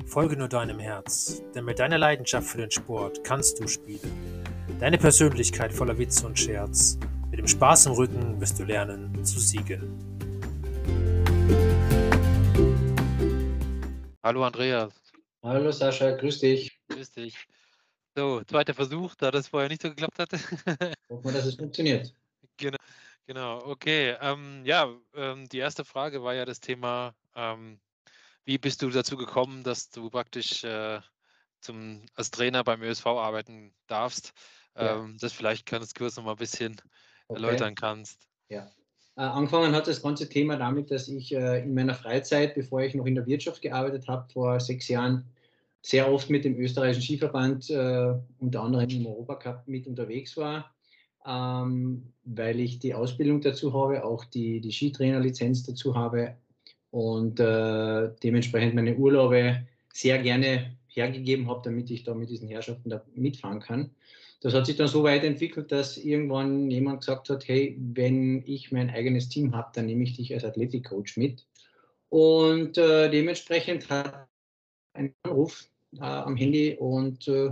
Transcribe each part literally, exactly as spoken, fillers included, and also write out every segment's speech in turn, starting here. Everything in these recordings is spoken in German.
Folge nur deinem Herz, denn mit deiner Leidenschaft für den Sport kannst du spielen. Deine Persönlichkeit voller Witz und Scherz, mit dem Spaß im Rücken wirst du lernen zu siegen. Hallo Andreas, Hallo Sascha, grüß dich. grüß dich. So, zweiter Versuch, da das vorher nicht so geklappt hat. Hoffen wir, dass es funktioniert. Genau, genau. Okay, ähm, ja, ähm, die erste Frage war ja das Thema, ähm, wie bist du dazu gekommen, dass du praktisch äh, zum, als Trainer beim Ö S V arbeiten darfst? Ja, Ähm, das vielleicht kannst du kurz noch mal ein bisschen okay. erläutern kannst. Ja. Äh, angefangen hat das ganze Thema damit, dass ich äh, in meiner Freizeit, bevor ich noch in der Wirtschaft gearbeitet habe, vor sechs Jahren, sehr oft mit dem österreichischen Skiverband, äh, unter anderem im Europacup, mit unterwegs war, ähm, weil ich die Ausbildung dazu habe, auch die, die Skitrainerlizenz dazu habe und äh, dementsprechend meine Urlaube sehr gerne hergegeben habe, damit ich da mit diesen Herrschaften da mitfahren kann. Das hat sich dann so weit entwickelt, dass irgendwann jemand gesagt hat, hey, wenn ich mein eigenes Team habe, dann nehme ich dich als Athletikcoach mit. Und äh, dementsprechend hat ein Anruf äh, am Handy und äh,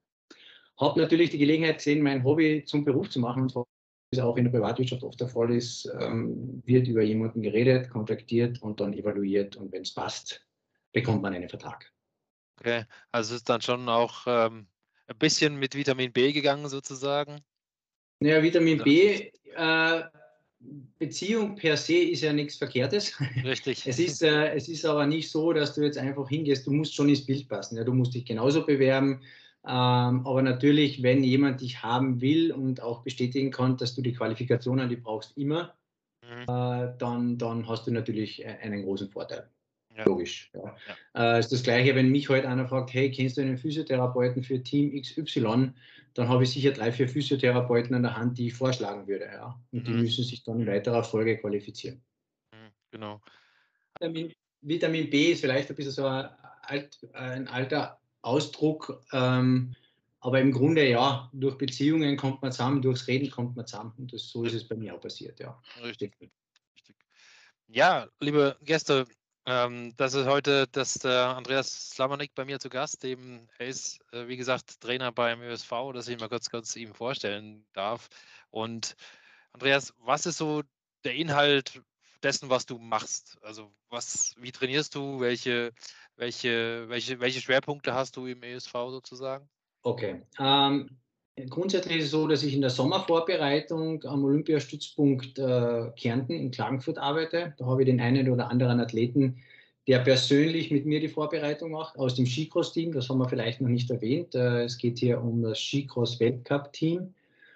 habe natürlich die Gelegenheit gesehen, mein Hobby zum Beruf zu machen. Und so wie es auch in der Privatwirtschaft oft der Fall ist, ähm, wird über jemanden geredet, kontaktiert und dann evaluiert. Und wenn es passt, bekommt man einen Vertrag. Okay, also es ist dann schon auch ähm, ein bisschen mit Vitamin B gegangen sozusagen. Naja, Vitamin Oder richtig? B, äh, Beziehung per se ist ja nichts Verkehrtes. Richtig. Es ist, äh, es ist aber nicht so, dass du jetzt einfach hingehst, du musst schon ins Bild passen. Ja, du musst dich genauso bewerben. Ähm, aber natürlich, wenn jemand dich haben will und auch bestätigen kann, dass du die Qualifikationen, die brauchst immer, Mhm. äh, dann, dann hast du natürlich äh, einen großen Vorteil. Ja, Logisch. Ja. ja. Äh, ist das Gleiche, wenn mich heute einer fragt, hey, kennst du einen Physiotherapeuten für Team X Y? Dann habe ich sicher drei, vier Physiotherapeuten an der Hand, die ich vorschlagen würde. Ja. Und die Mhm. müssen sich dann in weiterer Folge qualifizieren. Mhm. Genau. Vitamin, Vitamin B ist vielleicht ein bisschen so ein, alt, ein alter Ausdruck, ähm, aber im Grunde ja, durch Beziehungen kommt man zusammen, durchs Reden kommt man zusammen. Und das, so ist es bei mir auch passiert. Ja. Richtig, richtig. Ja, liebe Gäste, ähm, das ist heute das der Andreas Slamanik bei mir zu Gast. Eben, er ist, äh, wie gesagt, Trainer beim Ö S V, dass ich mal kurz, kurz ihm vorstellen darf. Und Andreas, was ist so der Inhalt dessen, was du machst? Also was, wie trainierst du? Welche, welche, welche, welche Schwerpunkte hast du im Ö S V sozusagen? Okay. Ähm, grundsätzlich ist es so, dass ich in der Sommervorbereitung am Olympiastützpunkt äh, Kärnten in Klagenfurt arbeite. Da habe ich den einen oder anderen Athleten, der persönlich mit mir die Vorbereitung macht, aus dem Skicross-Team. Das haben wir vielleicht noch nicht erwähnt. Äh, es geht hier um das Skicross-Weltcup-Team.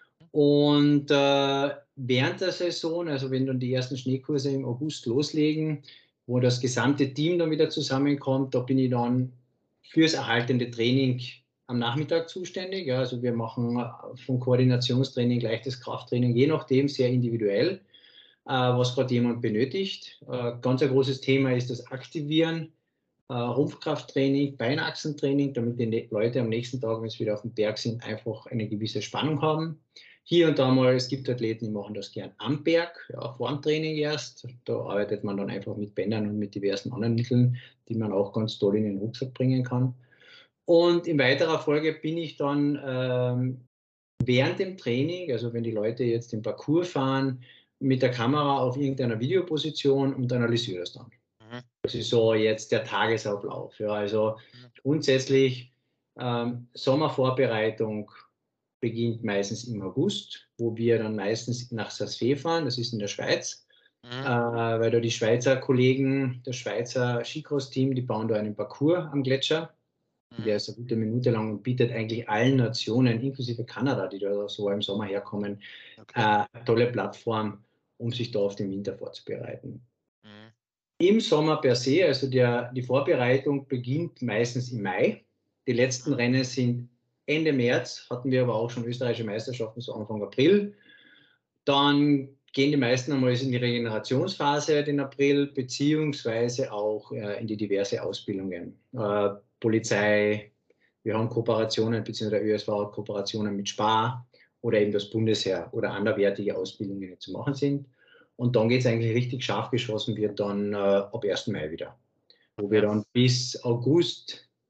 Und äh, während der Saison, also wenn dann die ersten Schneekurse im August loslegen, wo das gesamte Team dann wieder zusammenkommt, da bin ich dann fürs erhaltende Training am Nachmittag zuständig. Ja, also wir machen von Koordinationstraining, leichtes Krafttraining, je nachdem sehr individuell, äh, was gerade jemand benötigt. Äh, ganz ein großes Thema ist das Aktivieren, äh, Rumpfkrafttraining, Beinachsentraining, damit die Leute am nächsten Tag, wenn sie wieder auf dem Berg sind, einfach eine gewisse Spannung haben. Hier und da mal, es gibt Athleten, die machen das gern am Berg, ja, vor dem Training erst. Da arbeitet man dann einfach mit Bändern und mit diversen anderen Mitteln, die man auch ganz toll in den Rucksack bringen kann. Und in weiterer Folge bin ich dann ähm, während dem Training, also wenn die Leute jetzt den Parcours fahren, mit der Kamera auf irgendeiner Videoposition und analysiere das dann. Mhm. Das ist so jetzt der Tagesablauf. Ja, also Mhm. grundsätzlich ähm, Sommervorbereitung beginnt meistens im August, wo wir dann meistens nach Saas-Fee fahren, das ist in der Schweiz, äh, Mhm. weil da die Schweizer Kollegen, das Schweizer Skicross-Team, die bauen da einen Parcours am Gletscher. Der Mhm. ist eine gute Minute lang und bietet eigentlich allen Nationen, inklusive Kanada, die da so im Sommer herkommen, äh, Okay. eine tolle Plattform, um sich da auf den Winter vorzubereiten. Mhm. Im Sommer per se, also der, die Vorbereitung beginnt meistens im Mai. Die letzten Mhm. Rennen sind Ende März, hatten wir aber auch schon österreichische Meisterschaften so Anfang April. Dann gehen die meisten einmal in die Regenerationsphase den April, beziehungsweise auch äh, in die diverse Ausbildungen. Äh, Polizei, wir haben Kooperationen, beziehungsweise der Ö S V hat Kooperationen mit Spar oder eben das Bundesheer oder anderwertige Ausbildungen, die zu machen sind. Und dann geht es eigentlich richtig scharf geschossen, wird dann äh, ab ersten Mai wieder, wo wir Okay. dann bis August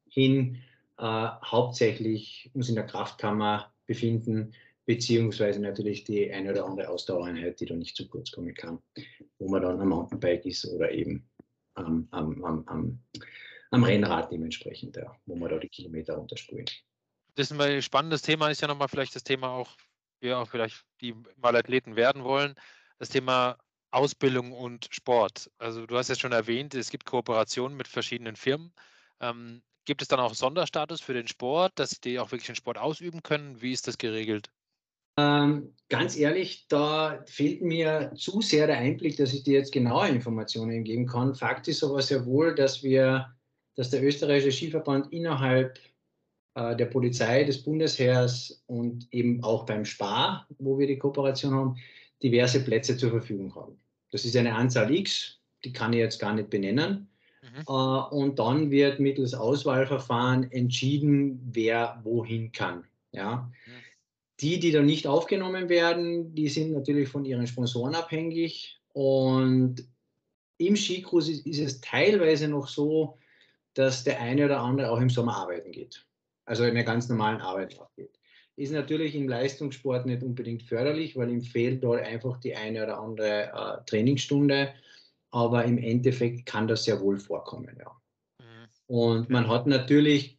hin äh, hauptsächlich uns in der Kraftkammer befinden, beziehungsweise natürlich die eine oder andere Ausdauereinheit, die da nicht zu kurz kommen kann, wo man dann am Mountainbike ist oder eben am, am, am, am, am Rennrad dementsprechend, ja, wo man da die Kilometer runterspulen. Das ist ein spannendes Thema, ist ja nochmal vielleicht das Thema auch, wir auch vielleicht, die mal Athleten werden wollen, das Thema Ausbildung und Sport. Also du hast ja schon erwähnt, es gibt Kooperationen mit verschiedenen Firmen. Ähm, gibt es dann auch Sonderstatus für den Sport, dass die auch wirklich den Sport ausüben können? Wie ist das geregelt? Ähm, ganz ehrlich, da fehlt mir zu sehr der Einblick, dass ich dir jetzt genaue Informationen geben kann. Fakt ist aber sehr wohl, dass wir, dass der österreichische Skiverband innerhalb äh, der Polizei, des Bundesheers und eben auch beim Spar, wo wir die Kooperation haben, diverse Plätze zur Verfügung haben. Das ist eine Anzahl X, die kann ich jetzt gar nicht benennen. Mhm. Äh, und dann wird mittels Auswahlverfahren entschieden, wer wohin kann. Ja. Mhm. Die, die da nicht aufgenommen werden, die sind natürlich von ihren Sponsoren abhängig. Und im Skicross ist, ist es teilweise noch so, dass der eine oder andere auch im Sommer arbeiten geht. Also in einer ganz normalen Arbeit geht. Ist natürlich im Leistungssport nicht unbedingt förderlich, weil ihm fehlt da einfach die eine oder andere äh, Trainingsstunde. Aber im Endeffekt kann das sehr wohl vorkommen. Ja. Mhm. Und man hat natürlich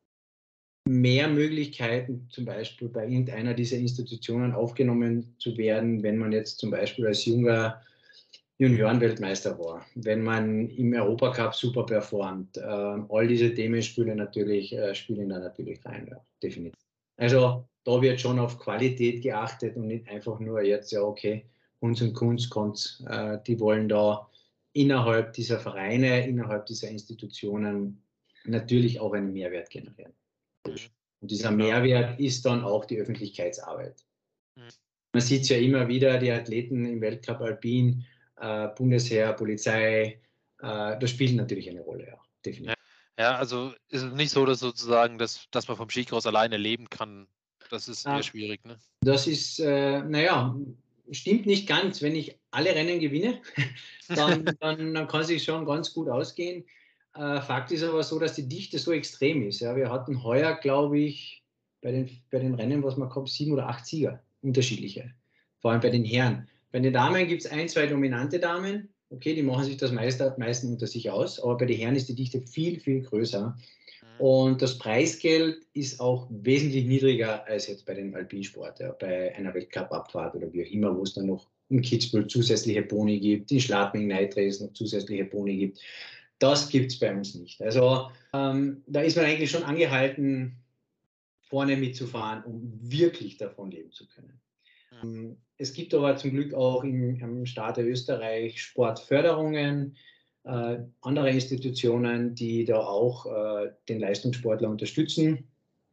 mehr Möglichkeiten, zum Beispiel bei irgendeiner dieser Institutionen aufgenommen zu werden, wenn man jetzt zum Beispiel als junger Juniorenweltmeister war, wenn man im Europacup super performt. Äh, all diese Themen spielen natürlich, äh, spielen da natürlich rein, ja, definitiv. Also da wird schon auf Qualität geachtet und nicht einfach nur jetzt, ja okay, Hunds und Kunst kommt, äh, die wollen da innerhalb dieser Vereine, innerhalb dieser Institutionen natürlich auch einen Mehrwert generieren. Mhm. Und dieser Ja. Mehrwert ist dann auch die Öffentlichkeitsarbeit. Mhm. Man sieht es ja immer wieder, die Athleten im Weltcup Alpin, äh, Bundesheer, Polizei, äh, das spielt natürlich eine Rolle, ja, definitiv. Ja, also ist es nicht so, dass sozusagen, dass, dass man vom Skicross alleine leben kann. Das ist eher Ah, schwierig, ne? Das ist, äh, naja, stimmt nicht ganz. Wenn ich alle Rennen gewinne, dann, dann, dann kann es sich schon ganz gut ausgehen. Äh, Fakt ist aber so, dass die Dichte so extrem ist. Ja. Wir hatten heuer, glaube ich, bei den, bei den Rennen, was man kommt, sieben oder acht Sieger, unterschiedliche. Vor allem bei den Herren. Bei den Damen gibt es ein, zwei dominante Damen. Okay, die machen sich das meiste, meisten unter sich aus. Aber bei den Herren ist die Dichte viel, viel größer. Und das Preisgeld ist auch wesentlich niedriger als jetzt bei den Alpinsport, ja, bei einer Weltcup-Abfahrt oder wie auch immer, wo es dann noch in Kitzbühel zusätzliche Boni gibt, in Schladming Nitrace noch zusätzliche Boni gibt. Das gibt es bei uns nicht. Also ähm, da ist man eigentlich schon angehalten, vorne mitzufahren, um wirklich davon leben zu können. Ähm, es gibt aber zum Glück auch im, im Staat Österreich Sportförderungen, äh, andere Institutionen, die da auch äh, den Leistungssportler unterstützen.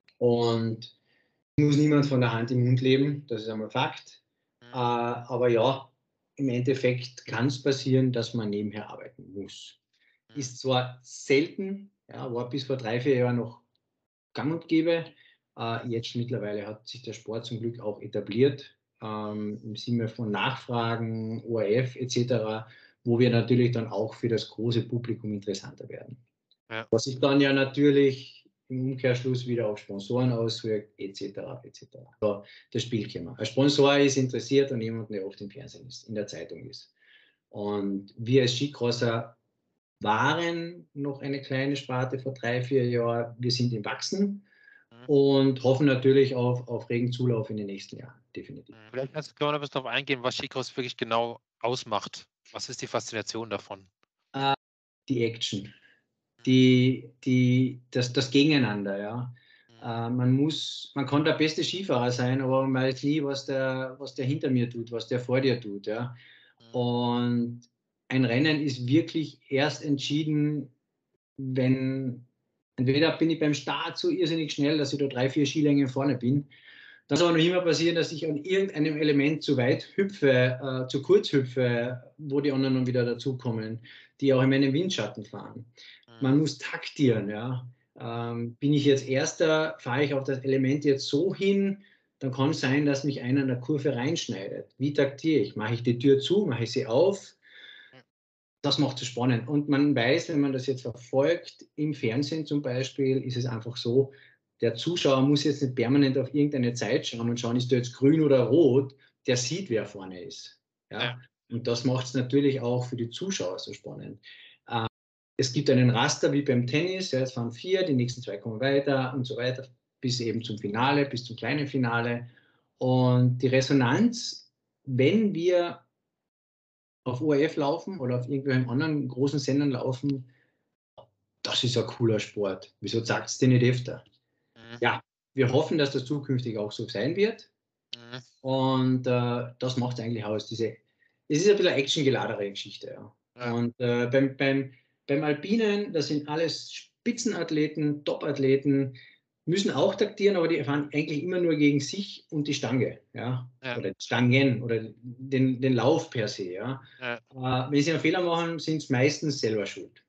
Und es muss niemand von der Hand im Mund leben, das ist einmal Fakt. Äh, aber ja, im Endeffekt kann es passieren, dass man nebenher arbeiten muss. Ist zwar selten, ja, war bis vor drei, vier Jahren noch gang und gäbe. Äh, jetzt mittlerweile hat sich der Sport zum Glück auch etabliert, ähm, im Sinne von Nachfragen, O R F et cetera, wo wir natürlich dann auch für das große Publikum interessanter werden. Ja. Was sich dann ja natürlich im Umkehrschluss wieder auf Sponsoren auswirkt, et cetera et cetera. So, das Spiel kommen. Ein Sponsor ist interessiert an jemanden, der oft im Fernsehen ist, in der Zeitung ist. Und wir als Skicrosser waren noch eine kleine Sparte vor drei, vier Jahren. Wir sind im Wachsen und hoffen natürlich auf, auf regen Zulauf in den nächsten Jahren, definitiv. Vielleicht kannst, können wir noch ein bisschen darauf eingehen, was Skicross wirklich genau ausmacht. Was ist die Faszination davon? Äh, die Action, die, die, das, das Gegeneinander, ja. Äh, man muss, man kann der beste Skifahrer sein, aber man weiß nie, was der, was der hinter mir tut, was der vor dir tut, ja. Und ein Rennen ist wirklich erst entschieden, wenn entweder bin ich beim Start so irrsinnig schnell, dass ich da drei, vier Skilängen vorne bin. Dann soll noch immer passieren, dass ich an irgendeinem Element zu weit hüpfe, äh, zu kurz hüpfe, wo die anderen dann wieder dazukommen, die auch in meinem Windschatten fahren. Man muss taktieren, ja. Ähm, bin ich jetzt Erster, fahre ich auf das Element jetzt so hin, dann kann es sein, dass mich einer in der Kurve reinschneidet. Wie taktiere ich? Mache ich die Tür zu, mache ich sie auf? das macht es spannend. Und man weiß, wenn man das jetzt verfolgt, im Fernsehen zum Beispiel, ist es einfach so, der Zuschauer muss jetzt nicht permanent auf irgendeine Zeit schauen und schauen, ist der jetzt grün oder rot, der sieht, wer vorne ist. Ja? Ja. Und das macht es natürlich auch für die Zuschauer so spannend. Äh, es gibt einen Raster wie beim Tennis, ja, es fahren vier, die nächsten zwei kommen weiter und so weiter, bis eben zum Finale, bis zum kleinen Finale. Und die Resonanz, wenn wir auf O R F laufen oder auf irgendwelchen anderen großen Sendern laufen, das ist ein cooler Sport. Wieso sagt es denn nicht öfter? Mhm. Ja, wir hoffen, dass das zukünftig auch so sein wird. Mhm. Und äh, das macht es eigentlich aus. Diese, es ist ein bisschen eine actiongeladene Geschichte. Ja. Ja. Und äh, beim, beim, beim Alpinen, das sind alles Spitzenathleten, Topathleten, müssen auch taktieren, aber die fahren eigentlich immer nur gegen sich und die Stange, ja, ja. Oder die Stangen oder den, den Lauf per se, ja. Ja. Äh, wenn sie einen Fehler machen, sind es meistens selber schuld.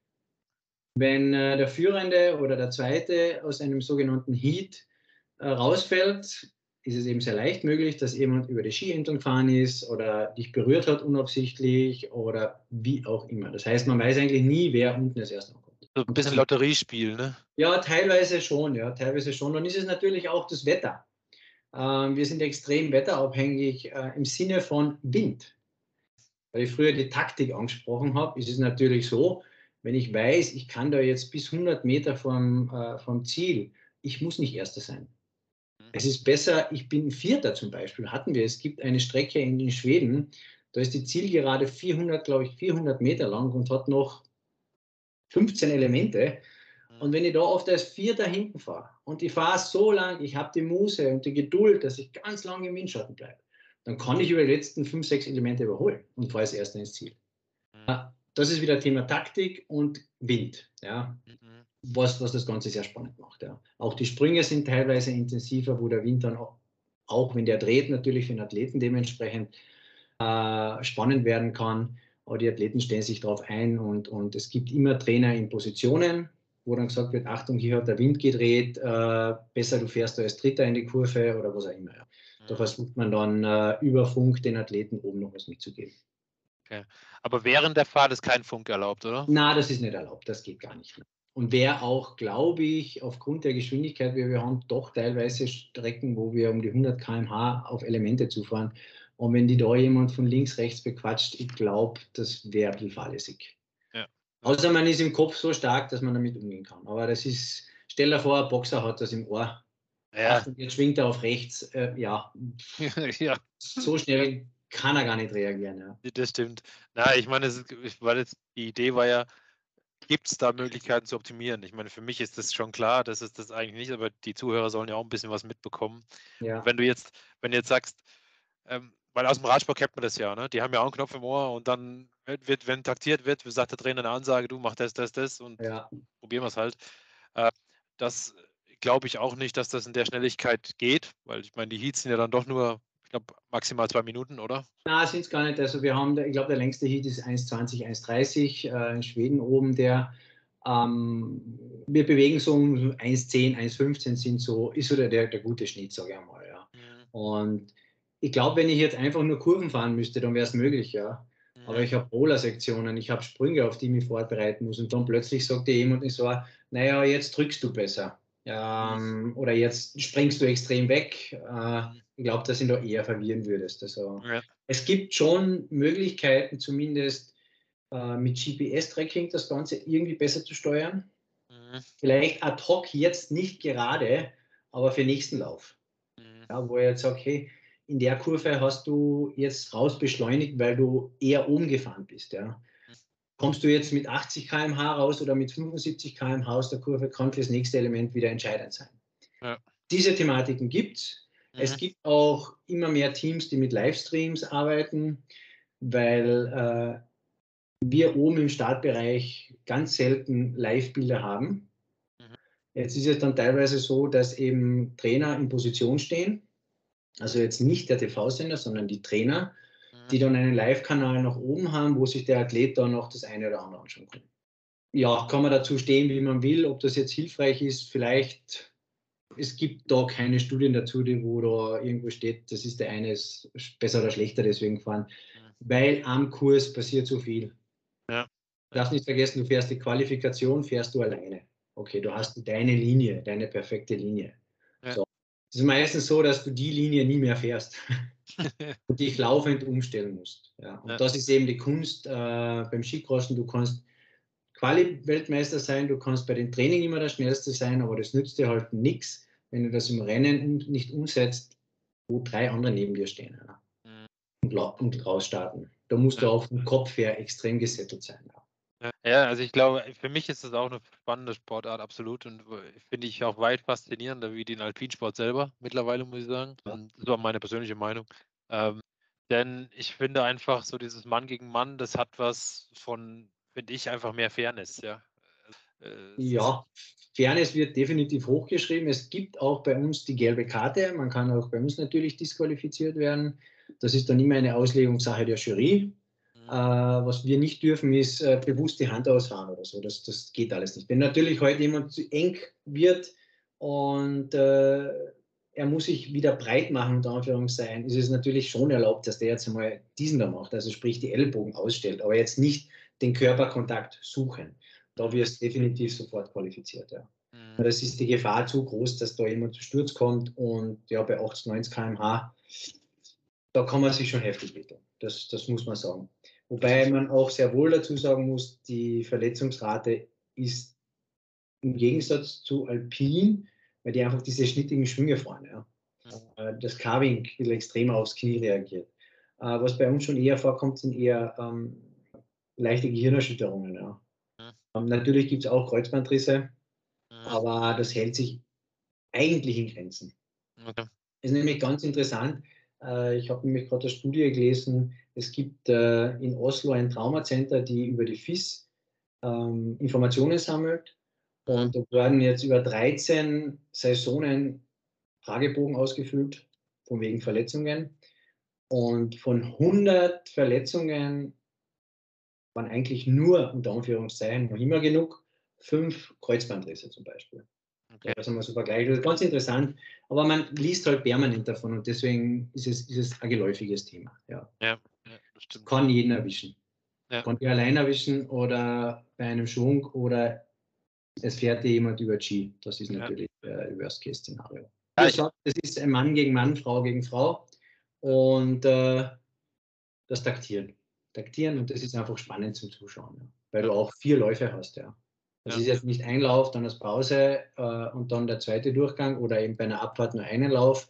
Wenn äh, der Führende oder der Zweite aus einem sogenannten Heat äh, rausfällt, ist es eben sehr leicht möglich, dass jemand über die Skientlang gefahren ist oder dich berührt hat unabsichtlich oder wie auch immer. Das heißt, man weiß eigentlich nie, wer unten als Erstes kommt. So ein bisschen Lotteriespiel, ne? Ja, teilweise schon, ja, teilweise schon. Dann ist es natürlich auch das Wetter. Ähm, wir sind extrem wetterabhängig äh, im Sinne von Wind. Weil ich früher die Taktik angesprochen habe, ist es natürlich so, wenn ich weiß, ich kann da jetzt bis hundert Meter vom, äh, vom Ziel, ich muss nicht Erster sein. Es ist besser, ich bin Vierter zum Beispiel, hatten wir. Es gibt eine Strecke in, in Schweden, da ist die Zielgerade vierhundert, glaube ich, vierhundert Meter lang und hat noch fünfzehn Elemente. Und wenn ich da oft als Vierter hinten fahre und ich fahre so lang, ich habe die Muße und die Geduld, dass ich ganz lange im Windschatten bleibe, dann kann ich über die letzten fünf, sechs Elemente überholen und fahre als Erster ins Ziel. Das ist wieder Thema Taktik und Wind, ja, was, was das Ganze sehr spannend macht. Ja. Auch die Sprünge sind teilweise intensiver, wo der Wind dann auch, auch wenn der dreht, natürlich für den Athleten dementsprechend äh, spannend werden kann. Aber die Athleten stellen sich darauf ein und, und es gibt immer Trainer in Positionen, wo dann gesagt wird, Achtung, hier hat der Wind gedreht, äh, besser du fährst da als Dritter in die Kurve oder was auch immer. Ja. Da versucht man dann äh, über Funk den Athleten oben noch was mitzugeben. Okay. Aber während der Fahrt ist kein Funk erlaubt, oder? Na, das ist nicht erlaubt, das geht gar nicht. Und wäre auch, glaube ich, aufgrund der Geschwindigkeit, wie wir haben, doch teilweise Strecken, wo wir um die hundert Kilometer pro Stunde auf Elemente zufahren. Und wenn die da jemand von links, rechts bequatscht, ich glaube, das wäre ein bisschen fahrlässig. Ja. Außer man ist im Kopf so stark, dass man damit umgehen kann. Aber das ist, stell dir vor, ein Boxer hat das im Ohr. Ja. Achtung, jetzt schwingt er auf rechts. Äh, ja. ja, so schnell kann er gar nicht reagieren. Ja. Das stimmt. Na, ich meine, es, weil jetzt, die Idee war ja, gibt es da Möglichkeiten zu optimieren? Ich meine, für mich ist das schon klar, das ist das eigentlich nicht, aber die Zuhörer sollen ja auch ein bisschen was mitbekommen. Ja. Wenn du jetzt, wenn du jetzt sagst, ähm, weil aus dem Radsport kennt man das ja, ne? Die haben ja auch einen Knopf im Ohr und dann wird, wenn taktiert wird, sagt der Trainer eine Ansage, du mach das, das, das und ja. probieren wir es halt. Äh, das glaube ich auch nicht, dass das in der Schnelligkeit geht, weil ich meine, die Heats sind ja dann doch nur, ich glaube, maximal zwei Minuten, oder? Na, sind es gar nicht. Also wir haben, ich glaube, der längste Heat ist eins zwanzig, eins dreißig äh, in Schweden oben, der ähm, wir bewegen so um eins zehn, eins fünfzehn sind so, ist so der, der, der gute Schnitt, sage ich einmal. Ja. Mhm. Und ich glaube, wenn ich jetzt einfach nur Kurven fahren müsste, dann wäre es möglich, ja. Mhm. Aber ich habe Roller-Sektionen, ich habe Sprünge, auf die ich mich vorbereiten muss und dann plötzlich sagt dir jemand, ich so, naja, jetzt drückst du besser. Ähm, oder jetzt springst du extrem weg. Äh, ich glaube, dass ihn da eher verwirren würdest. Also, ja. Es gibt schon Möglichkeiten, zumindest äh, mit G P S-Tracking das Ganze irgendwie besser zu steuern. Mhm. Vielleicht ad hoc jetzt nicht gerade, aber für den nächsten Lauf. Mhm. Ja, wo ich jetzt sage, hey, in der Kurve hast du jetzt raus beschleunigt, weil du eher oben gefahren bist. Ja. Kommst du jetzt mit achtzig Kilometer pro Stunde raus oder mit fünfundsiebzig Kilometer pro Stunde aus der Kurve, kann für das nächste Element wieder entscheidend sein. Ja. Diese Thematiken gibt es. Mhm. Es gibt auch immer mehr Teams, die mit Livestreams arbeiten, weil äh, wir oben im Startbereich ganz selten Live-Bilder haben. Mhm. Jetzt ist es dann teilweise so, dass eben Trainer in Position stehen, also jetzt nicht der T V-Sender, sondern die Trainer, die dann einen Live-Kanal nach oben haben, wo sich der Athlet dann noch das eine oder andere anschauen kann. Ja, kann man dazu stehen, wie man will, ob das jetzt hilfreich ist, vielleicht, es gibt da keine Studien dazu, die, wo da irgendwo steht, das ist der eine ist besser oder schlechter deswegen gefahren, mhm. weil am Kurs passiert so viel. Ja. Du darfst nicht vergessen, du fährst die Qualifikation, fährst du alleine. Okay, du hast deine Linie, deine perfekte Linie. Ja. So. Es ist meistens so, dass du die Linie nie mehr fährst und dich laufend umstellen musst. Ja. Und Ja. das ist eben die Kunst äh, beim Skicrossen. Du kannst Quali-Weltmeister sein, du kannst bei den Training immer der Schnellste sein, aber das nützt dir halt nichts, wenn du das im Rennen nicht umsetzt, wo drei andere neben dir stehen, ja. Mhm. und, und rausstarten. Da musst Ja. du auch vom Kopf her extrem gesettelt sein. Ja. Ja, also ich glaube, für mich ist das auch eine spannende Sportart, absolut. Und finde ich auch weit faszinierender wie den Alpinsport selber, mittlerweile, muss ich sagen. Und das war meine persönliche Meinung. Ähm, denn ich finde einfach so dieses Mann gegen Mann, das hat was von, finde ich, einfach mehr Fairness, ja. Äh, Ja, Fairness wird definitiv hochgeschrieben. Es gibt auch bei uns die gelbe Karte. Man kann auch bei uns natürlich disqualifiziert werden. Das ist dann immer eine Auslegungssache der Jury. Mhm. Äh, was wir nicht dürfen, ist äh, bewusst die Hand ausfahren oder so. Das, das geht alles nicht. Wenn natürlich heute jemand zu eng wird und äh, er muss sich wieder breit machen, unter Anführungszeichen, ist es natürlich schon erlaubt, dass der jetzt einmal diesen da macht, also sprich die Ellbogen ausstellt, aber jetzt nicht den Körperkontakt suchen. Da wirst du definitiv sofort qualifiziert. Ja. Mhm. Das ist die Gefahr zu groß, dass da jemand zu Sturz kommt und ja, bei achtzig, neunzig Kilometer pro Stunde, da kann man sich schon heftig wehtun. Das, das muss man sagen. Wobei man auch sehr wohl dazu sagen muss, die Verletzungsrate ist im Gegensatz zu Alpin, weil die einfach diese schnittigen Schwünge fahren. Ja. Mhm. Das Carving ein bisschen extremer aufs Knie reagiert. Was bei uns schon eher vorkommt, sind eher ähm, leichte Gehirnerschütterungen. Ja. Mhm. Ähm, natürlich gibt es auch Kreuzbandrisse, Mhm. aber das hält sich eigentlich in Grenzen. Okay. Ist nämlich ganz interessant. Äh, ich habe nämlich gerade eine Studie gelesen. Es gibt äh, in Oslo ein Traumacenter, die über die F I S ähm, Informationen sammelt. Und da werden jetzt über dreizehn Saisonen Fragebogen ausgefüllt, von wegen Verletzungen. Und von hundert Verletzungen waren eigentlich nur, unter Anführungszeichen, noch immer genug, fünf Kreuzbandrisse zum Beispiel. Okay. Das haben wir so vergleicht. Das ist ganz interessant, aber man liest halt permanent davon und deswegen ist es, ist es ein geläufiges Thema. Ja. Ja, ja, das stimmt. Kann jeden erwischen. Ja. Kann dich allein erwischen oder bei einem Schwung oder es fährt dir jemand über Ski. Das ist natürlich ja. äh, Worst-Case-Szenario. Ja, Ich sage, das ist ein Mann gegen Mann, Frau gegen Frau und äh, das Taktieren. Taktieren und das ist einfach spannend zum Zuschauen, ja. Weil ja. du auch vier Läufe hast. Ja. Das Ja. ist jetzt nicht ein Lauf, dann als Pause äh, und dann der zweite Durchgang oder eben bei einer Abfahrt nur einen Lauf.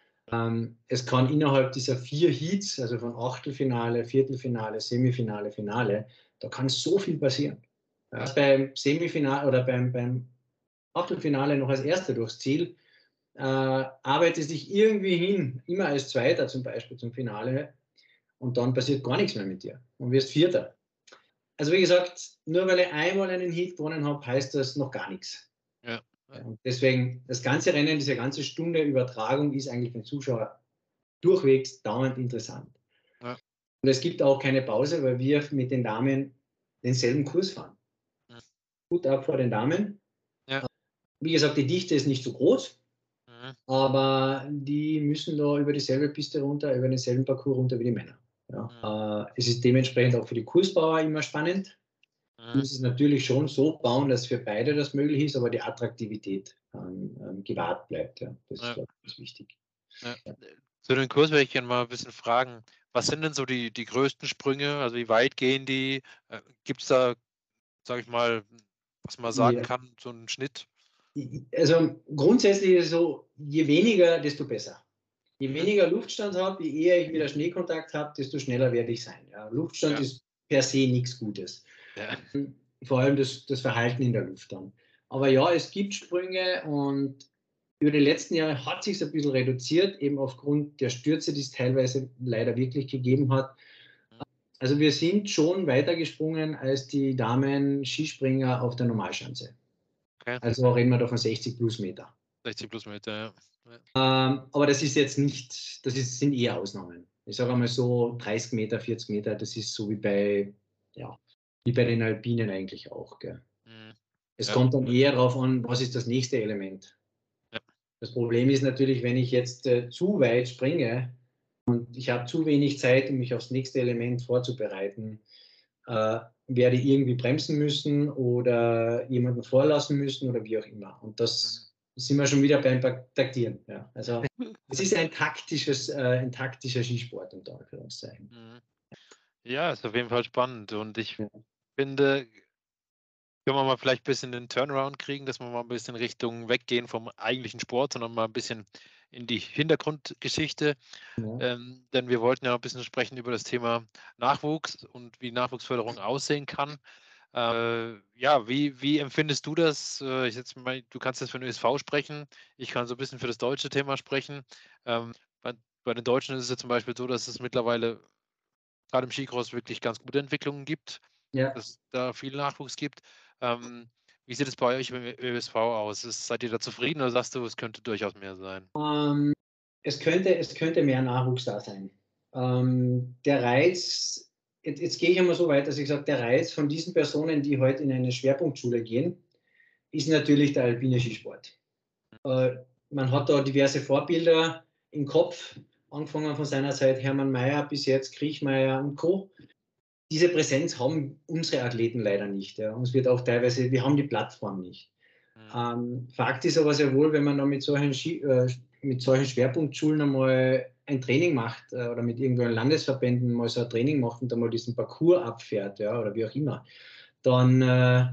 Ähm, es kann innerhalb dieser vier Heats, also von Achtelfinale, Viertelfinale, Semifinale, Finale, da kann so viel passieren. Ja. Beim Semifinale oder beim, beim Achtelfinale noch als Erster durchs Ziel, äh, arbeitet sich irgendwie hin, immer als Zweiter zum Beispiel zum Finale und dann passiert gar nichts mehr mit dir und wirst Vierter. Also wie gesagt, nur weil ich einmal einen Heat gewonnen habe, heißt das noch gar nichts. Ja. Ja, und deswegen, das ganze Rennen, diese ganze Stunde Übertragung ist eigentlich für den Zuschauer durchwegs dauernd interessant. Ja. Und es gibt auch keine Pause, weil wir mit den Damen denselben Kurs fahren. Mhm. Gut ab vor den Damen. Ja. Wie gesagt, die Dichte ist nicht so groß, Mhm. aber die müssen da über dieselbe Piste runter, über denselben Parcours runter wie die Männer. Ja. Mhm. Äh, es ist dementsprechend auch für die Kursbauer immer spannend. Man muss es natürlich schon so bauen, dass für beide das möglich ist, aber die Attraktivität ähm, ähm, gewahrt bleibt. Ja. Das Ja. ist, glaube ich, wichtig. Ja. Zu den Kurs werde ich gerne mal ein bisschen fragen. Was sind denn so die, die größten Sprünge? Also wie weit gehen die? Äh, Gibt es da, sage ich mal, was man sagen Ja. kann, so einen Schnitt? Also grundsätzlich ist es so, je weniger, desto besser. Je Mhm. weniger Luftstand habe, je eher ich wieder Schneekontakt habe, desto schneller werde ich sein. Ja. Luftstand Ja. ist per se nichts Gutes. Ja. Vor allem das, das Verhalten in der Luft dann. Aber ja, es gibt Sprünge und über die letzten Jahre hat sich es ein bisschen reduziert, eben aufgrund der Stürze, die es teilweise leider wirklich gegeben hat. Also wir sind schon weiter gesprungen als die Damen-Skispringer auf der Normalschanze. Okay. Also reden wir da von sechzig plus Meter. sechzig plus Meter, ja. Ja. Ähm, aber das ist jetzt nicht, das ist, sind eher Ausnahmen. Ich sage einmal so dreißig Meter, vierzig Meter, das ist so wie bei, ja, wie bei den Alpinen eigentlich auch. Gell. Mhm. Es Ja. kommt dann eher darauf an, was ist das nächste Element. Ja. Das Problem ist natürlich, wenn ich jetzt äh, zu weit springe und ich habe zu wenig Zeit, um mich aufs nächste Element vorzubereiten, äh, werde irgendwie bremsen müssen oder jemanden vorlassen müssen oder wie auch immer. Und das sind wir schon wieder beim Taktieren. Ja. Also es ist ein taktisches, äh, ein taktischer Skisport, unter Anführungszeichen. Ja, ist auf jeden Fall spannend. Und ich Ja. finde, können wir mal vielleicht ein bisschen den Turnaround kriegen, dass wir mal ein bisschen Richtung weggehen vom eigentlichen Sport, sondern mal ein bisschen in die Hintergrundgeschichte. Ja. Ähm, denn wir wollten ja ein bisschen sprechen über das Thema Nachwuchs und wie Nachwuchsförderung aussehen kann. Äh, ja, wie, wie empfindest du das? Äh, ich jetzt mal, du kannst jetzt für den Ö S V sprechen, ich kann so ein bisschen für das deutsche Thema sprechen. Ähm, bei, bei den Deutschen ist es ja zum Beispiel so, dass es mittlerweile gerade im Skicross wirklich ganz gute Entwicklungen gibt, Ja. dass da viel Nachwuchs gibt. Ähm, wie sieht es bei euch im Ö S V aus? Ist, seid ihr da zufrieden oder sagst du, es könnte durchaus mehr sein? Ähm, es, könnte, es könnte mehr Nachwuchs da sein. Ähm, der Reiz, jetzt, jetzt gehe ich einmal so weit, dass ich sage, der Reiz von diesen Personen, die heute in eine Schwerpunktschule gehen, ist natürlich der alpine Skisport. Äh, man hat da diverse Vorbilder im Kopf, angefangen von seiner Zeit Hermann Mayer bis jetzt Kriechmeier und Co. Diese Präsenz haben unsere Athleten leider nicht. Ja. Uns wird auch teilweise, wir haben die Plattform nicht. Mhm. Ähm, Fakt ist aber sehr wohl, wenn man da mit solchen, Ski, äh, mit solchen Schwerpunktschulen einmal ein Training macht äh, oder mit irgendwelchen Landesverbänden mal so ein Training macht und einmal diesen Parcours abfährt, ja, oder wie auch immer, dann, äh,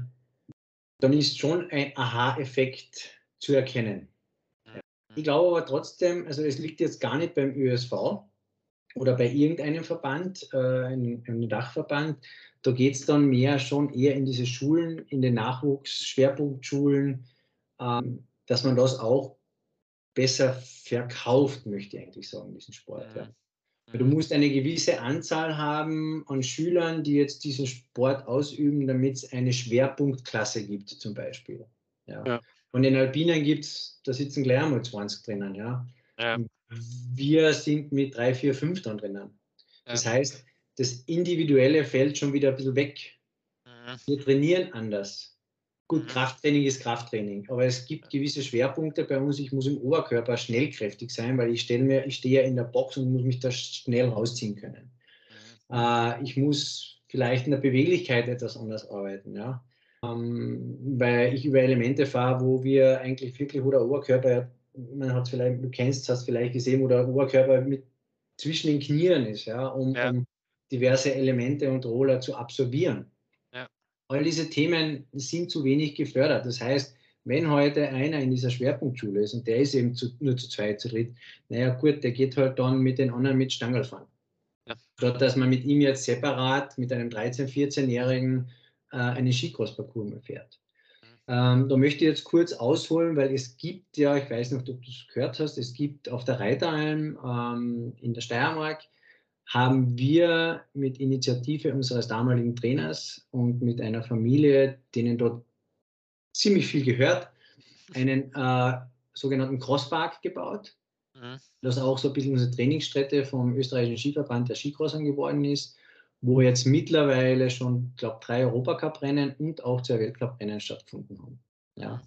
dann ist schon ein Aha-Effekt zu erkennen. Mhm. Ich glaube aber trotzdem, also es liegt jetzt gar nicht beim Ö S V oder bei irgendeinem Verband, äh, einem, einem Dachverband. Da geht es dann mehr schon eher in diese Schulen, in den Nachwuchs, Schwerpunktschulen, ähm, dass man das auch besser verkauft, möchte ich eigentlich sagen, diesen Sport. Ja. Du musst eine gewisse Anzahl haben an Schülern, die jetzt diesen Sport ausüben, damit es eine Schwerpunktklasse gibt, zum Beispiel. Ja. Ja. Von den Alpinen gibt es, da sitzen gleich einmal zwanzig drinnen. Ja. Ja. Wir sind mit drei, vier, fünf dann drinnen. Das Ja. heißt, das Individuelle fällt schon wieder ein bisschen weg. Mhm. Wir trainieren anders. Gut, Mhm. Krafttraining ist Krafttraining, aber es gibt gewisse Schwerpunkte bei uns. Ich muss im Oberkörper schnellkräftig sein, weil ich stelle mir, ich stehe ja in der Box und muss mich da schnell rausziehen können. Mhm. Äh, ich muss vielleicht in der Beweglichkeit etwas anders arbeiten, ja. Ähm, weil ich über Elemente fahre, wo wir eigentlich wirklich, wo der Oberkörper, man hat vielleicht, du kennst, hast vielleicht gesehen, wo der Oberkörper mit zwischen den Knien ist, ja, um, Ja. um diverse Elemente und Roller zu absorbieren. Ja. All diese Themen sind zu wenig gefördert. Das heißt, wenn heute einer in dieser Schwerpunktschule ist und der ist eben zu, nur zu zweit, zu dritt, naja gut, der geht halt dann mit den anderen mit Stangerl fahren. Ja. Statt dass man mit ihm jetzt separat mit einem dreizehn-, vierzehn-Jährigen äh, einen Skicross-Parcours mehr fährt. Mhm. Ähm, da möchte ich jetzt kurz ausholen, weil es gibt ja, ich weiß nicht, ob du es gehört hast, es gibt auf der Reiteralm ähm, in der Steiermark, haben wir mit Initiative unseres damaligen Trainers und mit einer Familie, denen dort ziemlich viel gehört, einen äh, sogenannten Crosspark gebaut, Mhm. das auch so ein bisschen unsere Trainingsstätte vom österreichischen Skiverband der Skicrossern geworden ist, wo jetzt mittlerweile schon, glaube ich, drei Europacup-Rennen und auch zwei Weltcup-Rennen stattgefunden haben. Ja.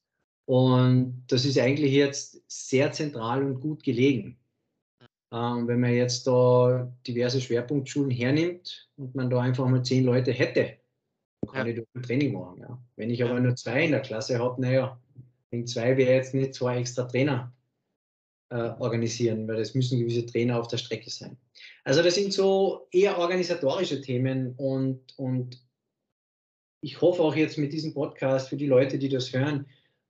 Und das ist eigentlich jetzt sehr zentral und gut gelegen. Ähm, wenn man jetzt da diverse Schwerpunktschulen hernimmt und man da einfach mal zehn Leute hätte, dann kann Ja. ich da ein Training machen. Ja. Wenn ich aber Ja. nur zwei in der Klasse habe, naja, wegen zwei wäre jetzt nicht zwei extra Trainer äh, organisieren, weil es müssen gewisse Trainer auf der Strecke sein. Also das sind so eher organisatorische Themen und, und ich hoffe auch jetzt mit diesem Podcast für die Leute, die das hören,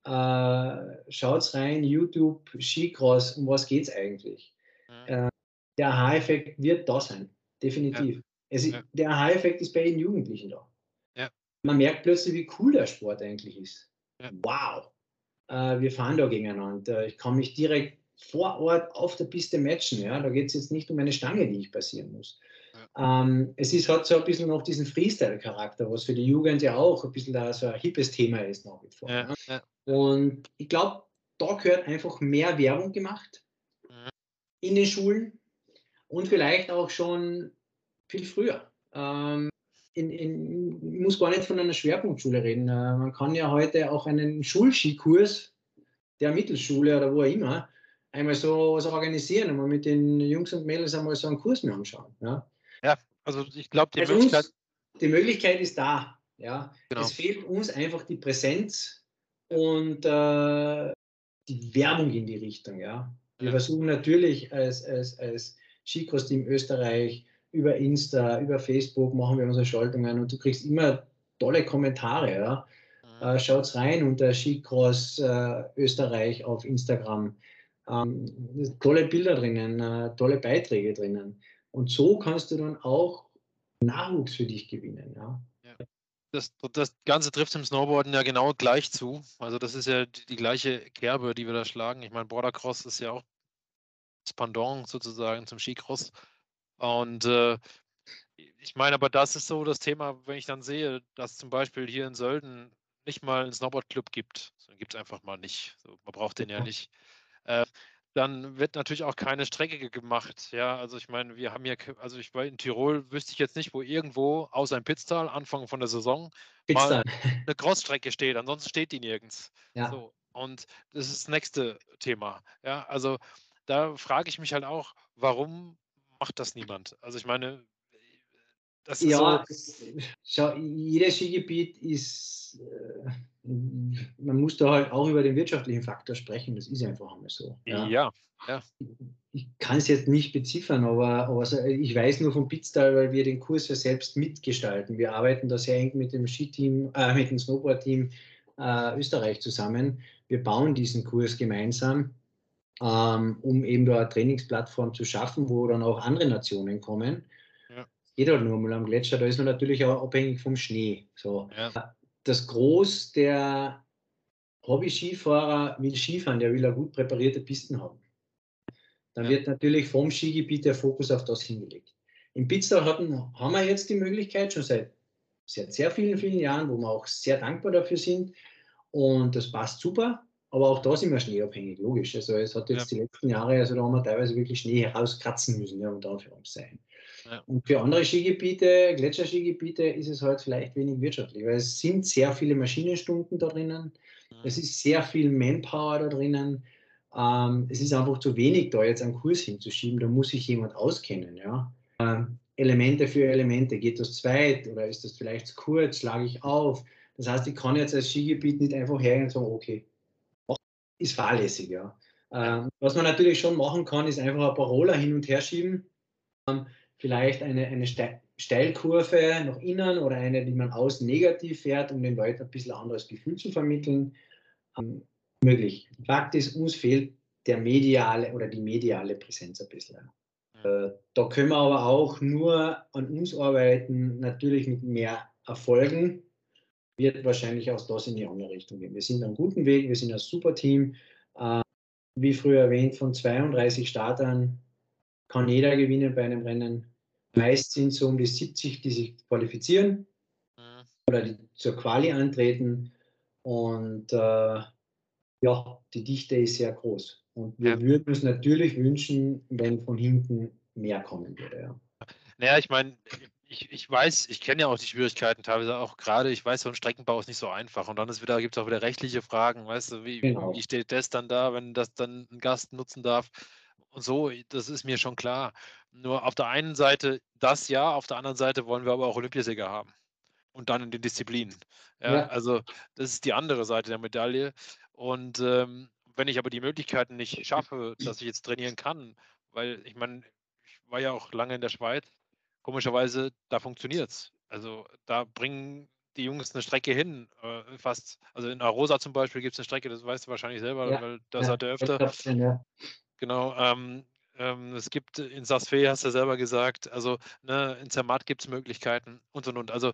äh, schaut's rein, YouTube, Skicross, um was geht es eigentlich? Mhm. Äh, der Aha-Effekt wird da sein, definitiv. Ja. Es ist, Ja. der Aha-Effekt ist bei den Jugendlichen da. Ja. Man merkt plötzlich, wie cool der Sport eigentlich ist. Ja. Wow, äh, wir fahren da gegeneinander. Ich kann mich direkt vor Ort auf der Piste matchen. Ja? Da geht es jetzt nicht um eine Stange, die ich passieren muss. Ja. Ähm, es ist, hat so ein bisschen noch diesen Freestyle-Charakter, was für die Jugend ja auch ein bisschen da so ein hippes Thema ist nach wie vor. Ja. Ja? Ja. Und ich glaube, da gehört einfach mehr Werbung gemacht Mhm. in den Schulen und vielleicht auch schon viel früher. Ähm, in, in, ich muss gar nicht von einer Schwerpunktschule reden. Äh, man kann ja heute auch einen Schulskikurs der Mittelschule oder wo auch immer einmal so was organisieren und mal mit den Jungs und Mädels einmal so einen Kurs mehr anschauen. Ja, Ja, also ich glaube, die also Möglichkeit, uns, die Möglichkeit ist da. Ja. Genau. Es fehlt uns einfach die Präsenz und äh, die Werbung in die Richtung. Ja. Wir Ja. versuchen natürlich als, als, als Skicross-Team Österreich über Insta, über Facebook machen wir unsere Schaltungen und du kriegst immer tolle Kommentare. Ja. Mhm. Äh, schaut's rein unter Skicross äh, Österreich auf Instagram. Ähm, tolle Bilder drinnen, äh, tolle Beiträge drinnen. Und so kannst du dann auch Nachwuchs für dich gewinnen. Ja. Ja. Das, das Ganze trifft im Snowboarden ja genau gleich zu. Also das ist ja die, die gleiche Kerbe, die wir da schlagen. Ich meine, Bordercross ist ja auch das Pendant sozusagen zum Skicross. Und äh, ich meine, aber das ist so das Thema, wenn ich dann sehe, dass zum Beispiel hier in Sölden nicht mal einen Snowboard-Club gibt. So, gibt es einfach mal nicht. So, man braucht den ja nicht. Äh, dann wird natürlich auch keine Strecke gemacht. Ja, also ich meine, wir haben ja, also ich war in Tirol, wüsste ich jetzt nicht, wo irgendwo, außer in Pitztal, Anfang von der Saison, Pitztal. mal eine Crossstrecke steht. Ansonsten steht die nirgends. Ja. So, und das ist das nächste Thema. Ja, also da frage ich mich halt auch, warum macht das niemand? Also ich meine, das ist Ja, so. es, schau, jedes Skigebiet ist, äh, man muss da halt auch über den wirtschaftlichen Faktor sprechen, das ist einfach einmal so. Ja. Ja, ja. Ich kann es jetzt nicht beziffern, aber, aber so, ich weiß nur von Pitztal, weil wir den Kurs ja selbst mitgestalten. Wir arbeiten da sehr eng mit dem Skiteam, äh, mit dem Snowboard-Team äh, Österreich zusammen. Wir bauen diesen Kurs gemeinsam, ähm, um eben da eine Trainingsplattform zu schaffen, wo dann auch andere Nationen kommen. Ja. Geht halt nur mal am Gletscher, da ist man natürlich auch abhängig vom Schnee. So. Ja. Das Groß der Hobby-Skifahrer will Skifahren, der will eine gut präparierte Pisten haben. Dann Ja. wird natürlich vom Skigebiet der Fokus auf das hingelegt. In Pitztal hatten, haben wir jetzt die Möglichkeit, schon seit, seit sehr vielen, vielen Jahren, wo wir auch sehr dankbar dafür sind. Und das passt super. Aber auch da sind wir schneeabhängig, logisch. Also es hat jetzt Ja. die letzten Jahre, also da haben wir teilweise wirklich Schnee herauskratzen müssen, ja, unter Anführungszeichen. Ja. Und für andere Skigebiete, Gletscherskigebiete, ist es halt vielleicht wenig wirtschaftlich, weil es sind sehr viele Maschinenstunden da drinnen. Mhm. Es ist sehr viel Manpower da drinnen. Ähm, es ist einfach zu wenig, da jetzt einen Kurs hinzuschieben. Da muss sich jemand auskennen. Ja? Ähm, Elemente für Elemente. Geht das zweit oder ist das vielleicht zu kurz? Schlage ich auf? Das heißt, ich kann jetzt als Skigebiet nicht einfach hergehen und sagen, okay, ist fahrlässig. Ja? Ähm, was man natürlich schon machen kann, ist einfach ein paar Roller hin und her schieben. Ähm, vielleicht eine, eine Steilkurve nach innen oder eine, die man außen negativ fährt, um den Leuten ein bisschen anderes Gefühl zu vermitteln. Ähm, möglich. Fakt ist, uns fehlt der mediale oder die mediale Präsenz ein bisschen. Äh, da können wir aber auch nur an uns arbeiten, natürlich mit mehr Erfolgen, wird wahrscheinlich auch das in die andere Richtung gehen. Wir sind auf einem guten Weg, wir sind ein super Team. Äh, wie früher erwähnt, von zweiunddreißig Startern kann jeder gewinnen bei einem Rennen. Meist sind es so um die siebzig, die sich qualifizieren Mhm. oder die zur Quali antreten. Und äh, ja, die Dichte ist sehr groß. Und wir Ja. würden uns natürlich wünschen, wenn von hinten mehr kommen würde. Ja. Naja, ich meine, ich, ich weiß, ich kenne ja auch die Schwierigkeiten teilweise auch gerade, ich weiß, so ein Streckenbau ist nicht so einfach. Und dann ist wieder, gibt es auch wieder rechtliche Fragen, weißt du, wie, Genau. wie steht das dann da, wenn das dann ein Gast nutzen darf? Und so, das ist mir schon klar. Nur auf der einen Seite das ja, auf der anderen Seite wollen wir aber auch Olympiasieger haben. Und dann in den Disziplinen. Ja, Ja. also das ist die andere Seite der Medaille. Und ähm, wenn ich aber die Möglichkeiten nicht schaffe, dass ich jetzt trainieren kann, weil ich meine, ich war ja auch lange in der Schweiz, komischerweise, da funktioniert es. Also da bringen die Jungs eine Strecke hin, äh, fast. Also in Arosa zum Beispiel gibt es eine Strecke, das weißt du wahrscheinlich selber, Ja. weil das Ja. hat er öfter. Ja. Genau, ähm, ähm, es gibt in Saas-Fee, hast du selber gesagt, also ne, in Zermatt gibt es Möglichkeiten und und und. Also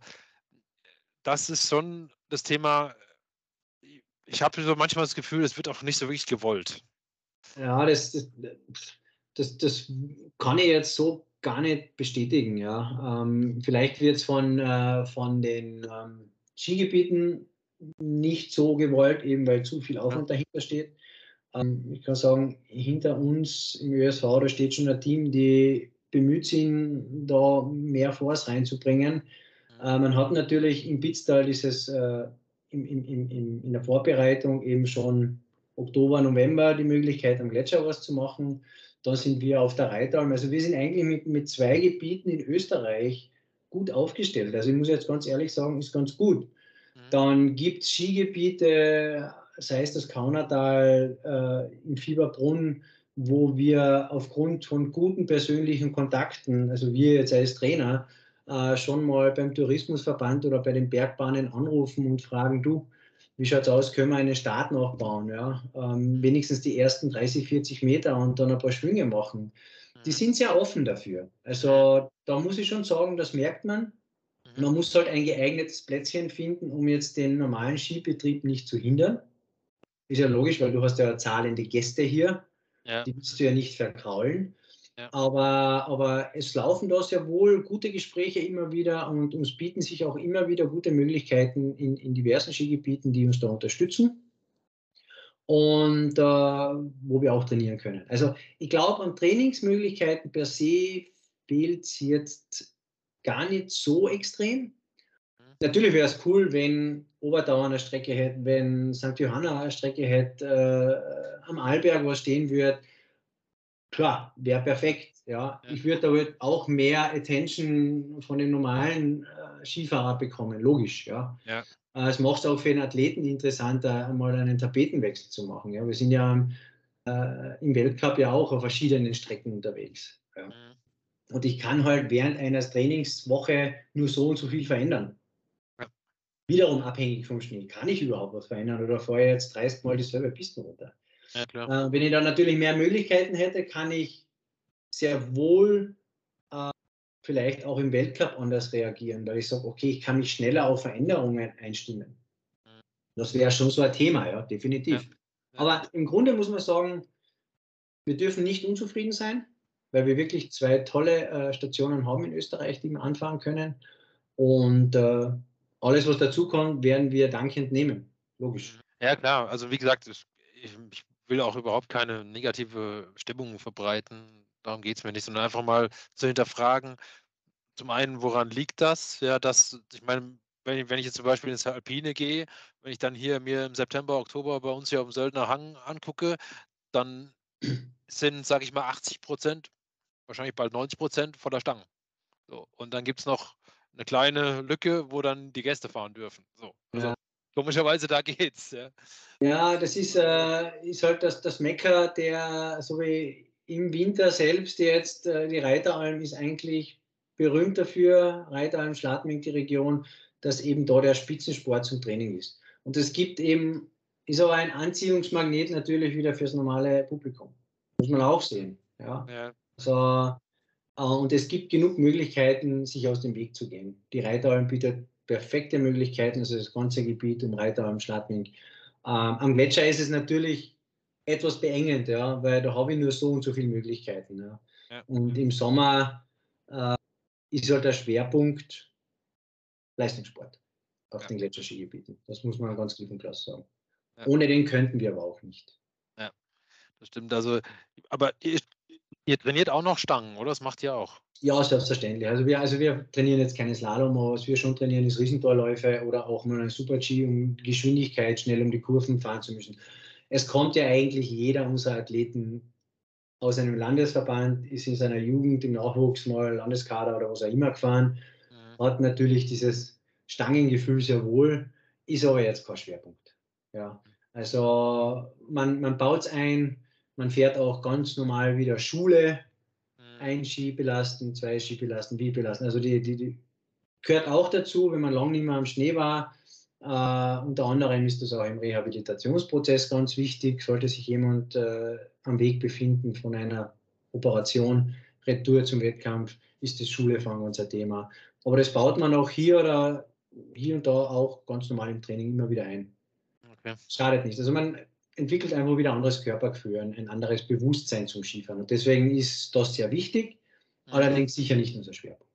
das ist schon das Thema. Ich habe so manchmal das Gefühl, es wird auch nicht so wirklich gewollt. Ja, das, das, das, das kann ich jetzt so gar nicht bestätigen. Ja. Ähm, vielleicht wird es von, äh, von den ähm, Skigebieten nicht so gewollt, eben weil zu viel Aufwand ja. dahinter steht. Ähm, ich kann sagen, hinter uns im Ö S V, da steht schon ein Team, die bemüht sind, da mehr Force reinzubringen. Mhm. Äh, man hat natürlich im Pitztal dieses äh, in, in, in, in der Vorbereitung eben schon Oktober, November die Möglichkeit, am Gletscher was zu machen. Da sind wir auf der Reitalm. Also wir sind eigentlich mit, mit zwei Gebieten in Österreich gut aufgestellt. Also ich muss jetzt ganz ehrlich sagen, ist ganz gut. Mhm. Dann gibt es Skigebiete, sei es das Kaunertal, äh, im Fieberbrunn, wo wir aufgrund von guten persönlichen Kontakten, also wir jetzt als Trainer, äh, schon mal beim Tourismusverband oder bei den Bergbahnen anrufen und fragen, du, wie schaut es aus, können wir einen Start nachbauen? Ja? Ähm, wenigstens die ersten dreißig, vierzig Meter und dann ein paar Schwünge machen. Die Mhm. sind sehr offen dafür. Also da muss ich schon sagen, das merkt man. Mhm. Man muss halt ein geeignetes Plätzchen finden, um jetzt den normalen Skibetrieb nicht zu hindern. Ist ja logisch, weil du hast ja zahlende Gäste hier. Ja. Die willst du ja nicht verkraulen. Ja. Aber, aber es laufen da sehr wohl gute Gespräche immer wieder und uns bieten sich auch immer wieder gute Möglichkeiten in, in diversen Skigebieten, die uns da unterstützen und äh, wo wir auch trainieren können. Also ich glaube, an Trainingsmöglichkeiten per se fehlt es jetzt gar nicht so extrem. Mhm. Natürlich wäre es cool, wenn Oberdauer eine Strecke hätte, wenn Sankt Johanna eine Strecke hätte, äh, am Arlberg was stehen würde. Klar, wäre perfekt. Ja. Ja. Ich würde da halt auch mehr Attention von den normalen äh, Skifahrer bekommen, logisch. Ja. Ja. Äh, es macht es auch für den Athleten interessanter, einmal einen Tapetenwechsel zu machen. Ja. Wir sind ja äh, im Weltcup ja auch auf verschiedenen Strecken unterwegs. Ja. Mhm. Und ich kann halt während einer Trainingswoche nur so und so viel verändern. Ja. Wiederum abhängig vom Schnee. Kann ich überhaupt was verändern oder fahre ich jetzt dreißig Mal dieselbe Pisten runter? Ja, klar. Äh, wenn ich dann natürlich mehr Möglichkeiten hätte, kann ich sehr wohl äh, vielleicht auch im Weltcup anders reagieren, weil ich sage, okay, ich kann mich schneller auf Veränderungen einstimmen. Mhm. Das wäre schon so ein Thema, ja, definitiv. Ja. Ja. Aber im Grunde muss man sagen, wir dürfen nicht unzufrieden sein, weil wir wirklich zwei tolle äh, Stationen haben in Österreich, die wir anfahren können. Und äh, alles, was dazukommt, werden wir dankend nehmen. Logisch. Ja, klar. Also wie gesagt, ich, ich ich will auch überhaupt keine negative Stimmung verbreiten. Darum geht es mir nicht, sondern einfach mal zu hinterfragen, zum einen, woran liegt das? Ja, dass, ich meine, wenn ich, wenn ich jetzt zum Beispiel ins Alpine gehe, wenn ich dann hier mir im September, Oktober bei uns hier auf dem Söldner Hang angucke, dann sind, sage ich mal, achtzig Prozent, wahrscheinlich bald neunzig Prozent voller Stangen. So. Und dann gibt es noch eine kleine Lücke, wo dann die Gäste fahren dürfen. So. Also Ja. komischerweise, da geht's. Ja, Ja, das ist, äh, ist halt das, das Mekka, der, so wie im Winter selbst jetzt, äh, die Reiteralm ist eigentlich berühmt dafür, Reiteralm, Schladming, die Region, dass eben da der Spitzensport zum Training ist. Und es gibt eben, ist aber ein Anziehungsmagnet natürlich wieder fürs normale Publikum. Muss man auch sehen. Ja. ja, Also, äh, und es gibt genug Möglichkeiten, sich aus dem Weg zu gehen. Die Reiteralm bietet perfekte Möglichkeiten, also das ganze Gebiet um Reiteralm, Schladming. Ähm, am Gletscher ist es natürlich etwas beengend, ja, weil da habe ich nur so und so viele Möglichkeiten. Ja. ja, Und im Sommer äh, ist halt der Schwerpunkt Leistungssport auf ja, den Gletscherskigebieten. Das muss man ganz klipp und klar sagen. ja, Ohne den könnten wir aber auch nicht. ja, das stimmt. Also, aber ihr, ihr trainiert auch noch Stangen, oder? Das macht ihr auch. Ja, selbstverständlich. Also wir, also wir trainieren jetzt keine Slalom, aber was wir schon trainieren, ist Riesentorläufe oder auch mal ein Super-G, um Geschwindigkeit schnell um die Kurven fahren zu müssen. Es kommt ja eigentlich jeder unserer Athleten aus einem Landesverband, ist in seiner Jugend im Nachwuchs mal Landeskader oder was auch immer gefahren, Mhm. hat natürlich dieses Stangengefühl sehr wohl, ist aber jetzt kein Schwerpunkt. Ja. Also man, man baut es ein, man fährt auch ganz normal wieder Schule, Mhm. ein Ski belasten, zwei Ski belasten, wie belasten. Also die, die, die gehört auch dazu, wenn man lange nicht mehr am Schnee war. Äh, unter anderem ist das auch im Rehabilitationsprozess ganz wichtig. Sollte sich jemand äh, am Weg befinden von einer Operation, Retour zum Wettkampf, ist das Schulefahren ganz ein Thema. Aber das baut man auch hier oder hier und da auch ganz normal im Training immer wieder ein. Okay. Schadet nicht. Also man entwickelt einfach wieder ein anderes Körpergefühl, ein, ein anderes Bewusstsein zum Skifahren. Und deswegen ist das sehr wichtig, Mhm. allerdings sicher nicht unser Schwerpunkt.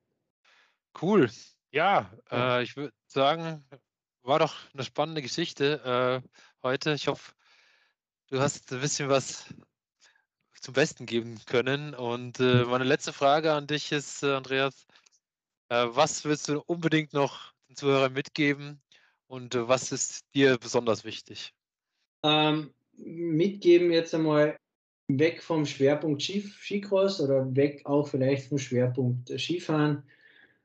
Cool. Ja, Ja. äh, ich würde sagen, war doch eine spannende Geschichte äh, heute. Ich hoffe, du hast ein bisschen was zum Besten geben können. Und äh, meine letzte Frage an dich ist, äh, Andreas, äh, was willst du unbedingt noch den Zuhörern mitgeben und äh, was ist dir besonders wichtig? Ähm, mitgeben jetzt einmal weg vom Schwerpunkt Ski, Skicross oder weg auch vielleicht vom Schwerpunkt Skifahren.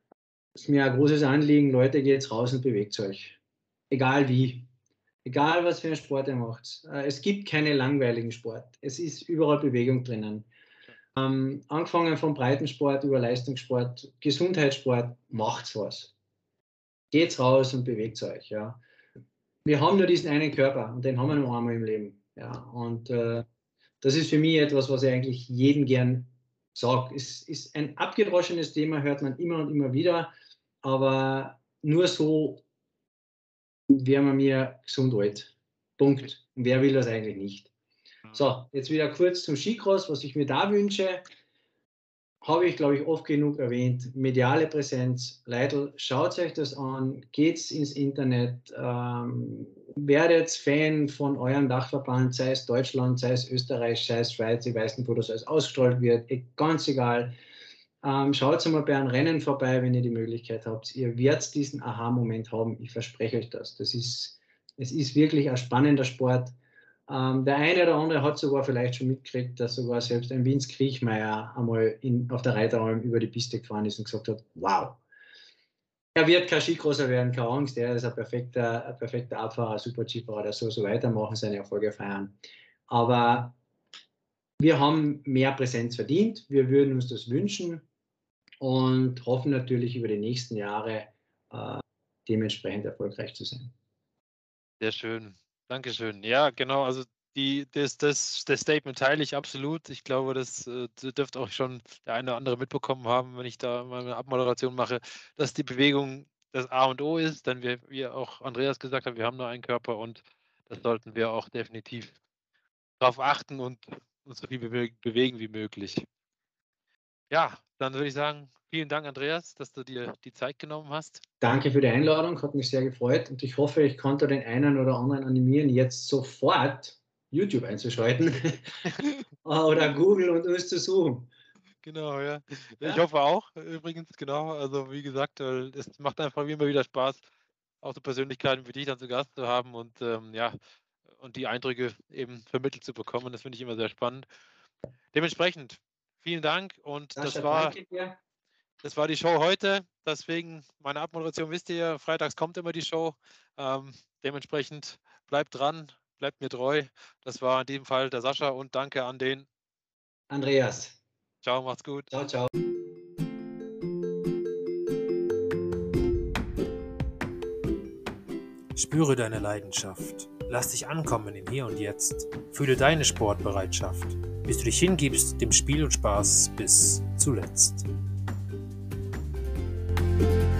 ist mir ein großes Anliegen, Leute, geht jetzt raus und bewegt euch. Egal wie. Egal, was für einen Sport ihr macht. Es gibt keine langweiligen Sport. Es ist überall Bewegung drinnen. Ähm, angefangen vom Breitensport über Leistungssport, Gesundheitssport, macht's was. Geht's raus und bewegt euch. Ja. Wir haben nur diesen einen Körper und den haben wir nur einmal im Leben. Ja. Und äh, das ist für mich etwas, was ich eigentlich jedem gern sage. Es ist ein abgedroschenes Thema, hört man immer und immer wieder, aber nur so wären wir mir gesund alt. Punkt. Und wer will das eigentlich nicht? So, jetzt wieder kurz zum Skicross, was ich mir da wünsche. Habe ich, glaube ich, oft genug erwähnt. Mediale Präsenz. Leute, schaut euch das an, geht's ins Internet, ähm, werdet Fan von eurem Dachverband, sei es Deutschland, sei es Österreich, sei es Schweiz, ich weiß nicht, wo das alles ausgestrahlt wird, ganz egal. Ähm, schaut mal bei einem Rennen vorbei, wenn ihr die Möglichkeit habt. Ihr werdet diesen Aha-Moment haben, ich verspreche euch das. Das ist, es ist wirklich ein spannender Sport. Ähm, der eine oder andere hat sogar vielleicht schon mitgekriegt, dass sogar selbst ein Vince Kriechmeier einmal in, auf der Reiteralm über die Piste gefahren ist und gesagt hat, wow, er wird kein Skicrosser werden, keine Angst, er ist ein perfekter, ein perfekter Abfahrer, ein super Skifahrer, der soll so weitermachen, seine Erfolge feiern. Aber wir haben mehr Präsenz verdient, wir würden uns das wünschen und hoffen natürlich über die nächsten Jahre äh, dementsprechend erfolgreich zu sein. Sehr schön. Dankeschön. Ja, genau. Also die, das, das, das Statement teile ich absolut. Ich glaube, das äh, dürfte auch schon der eine oder andere mitbekommen haben, wenn ich da mal eine Abmoderation mache, dass die Bewegung das A und O ist. Denn wir, wie auch Andreas gesagt hat, wir haben nur einen Körper und das sollten wir auch definitiv darauf achten und uns so viel bewe bewegen wie möglich. Ja, dann würde ich sagen, vielen Dank, Andreas, dass du dir die Zeit genommen hast. Danke für die Einladung, hat mich sehr gefreut und ich hoffe, ich konnte den einen oder anderen animieren, jetzt sofort YouTube einzuschalten oder Google und uns zu suchen. Genau, ja. Ja. Ich hoffe auch, übrigens, genau. Also wie gesagt, es macht einfach immer wieder Spaß, auch so Persönlichkeiten wie dich dann zu Gast zu haben und ähm, ja, und die Eindrücke eben vermittelt zu bekommen. Das finde ich immer sehr spannend. Dementsprechend, vielen Dank und Sascha, das war, danke dir. das war die Show heute. Deswegen, meine Abmoderation wisst ihr ja, freitags kommt immer die Show. Ähm, dementsprechend bleibt dran, bleibt mir treu. Das war in diesem Fall der Sascha und danke an den Andreas. Ciao, macht's gut. Ciao, ciao. Spüre deine Leidenschaft. Lass dich ankommen im Hier und Jetzt. Fühle deine Sportbereitschaft, bis du dich hingibst dem Spiel und Spaß bis zuletzt.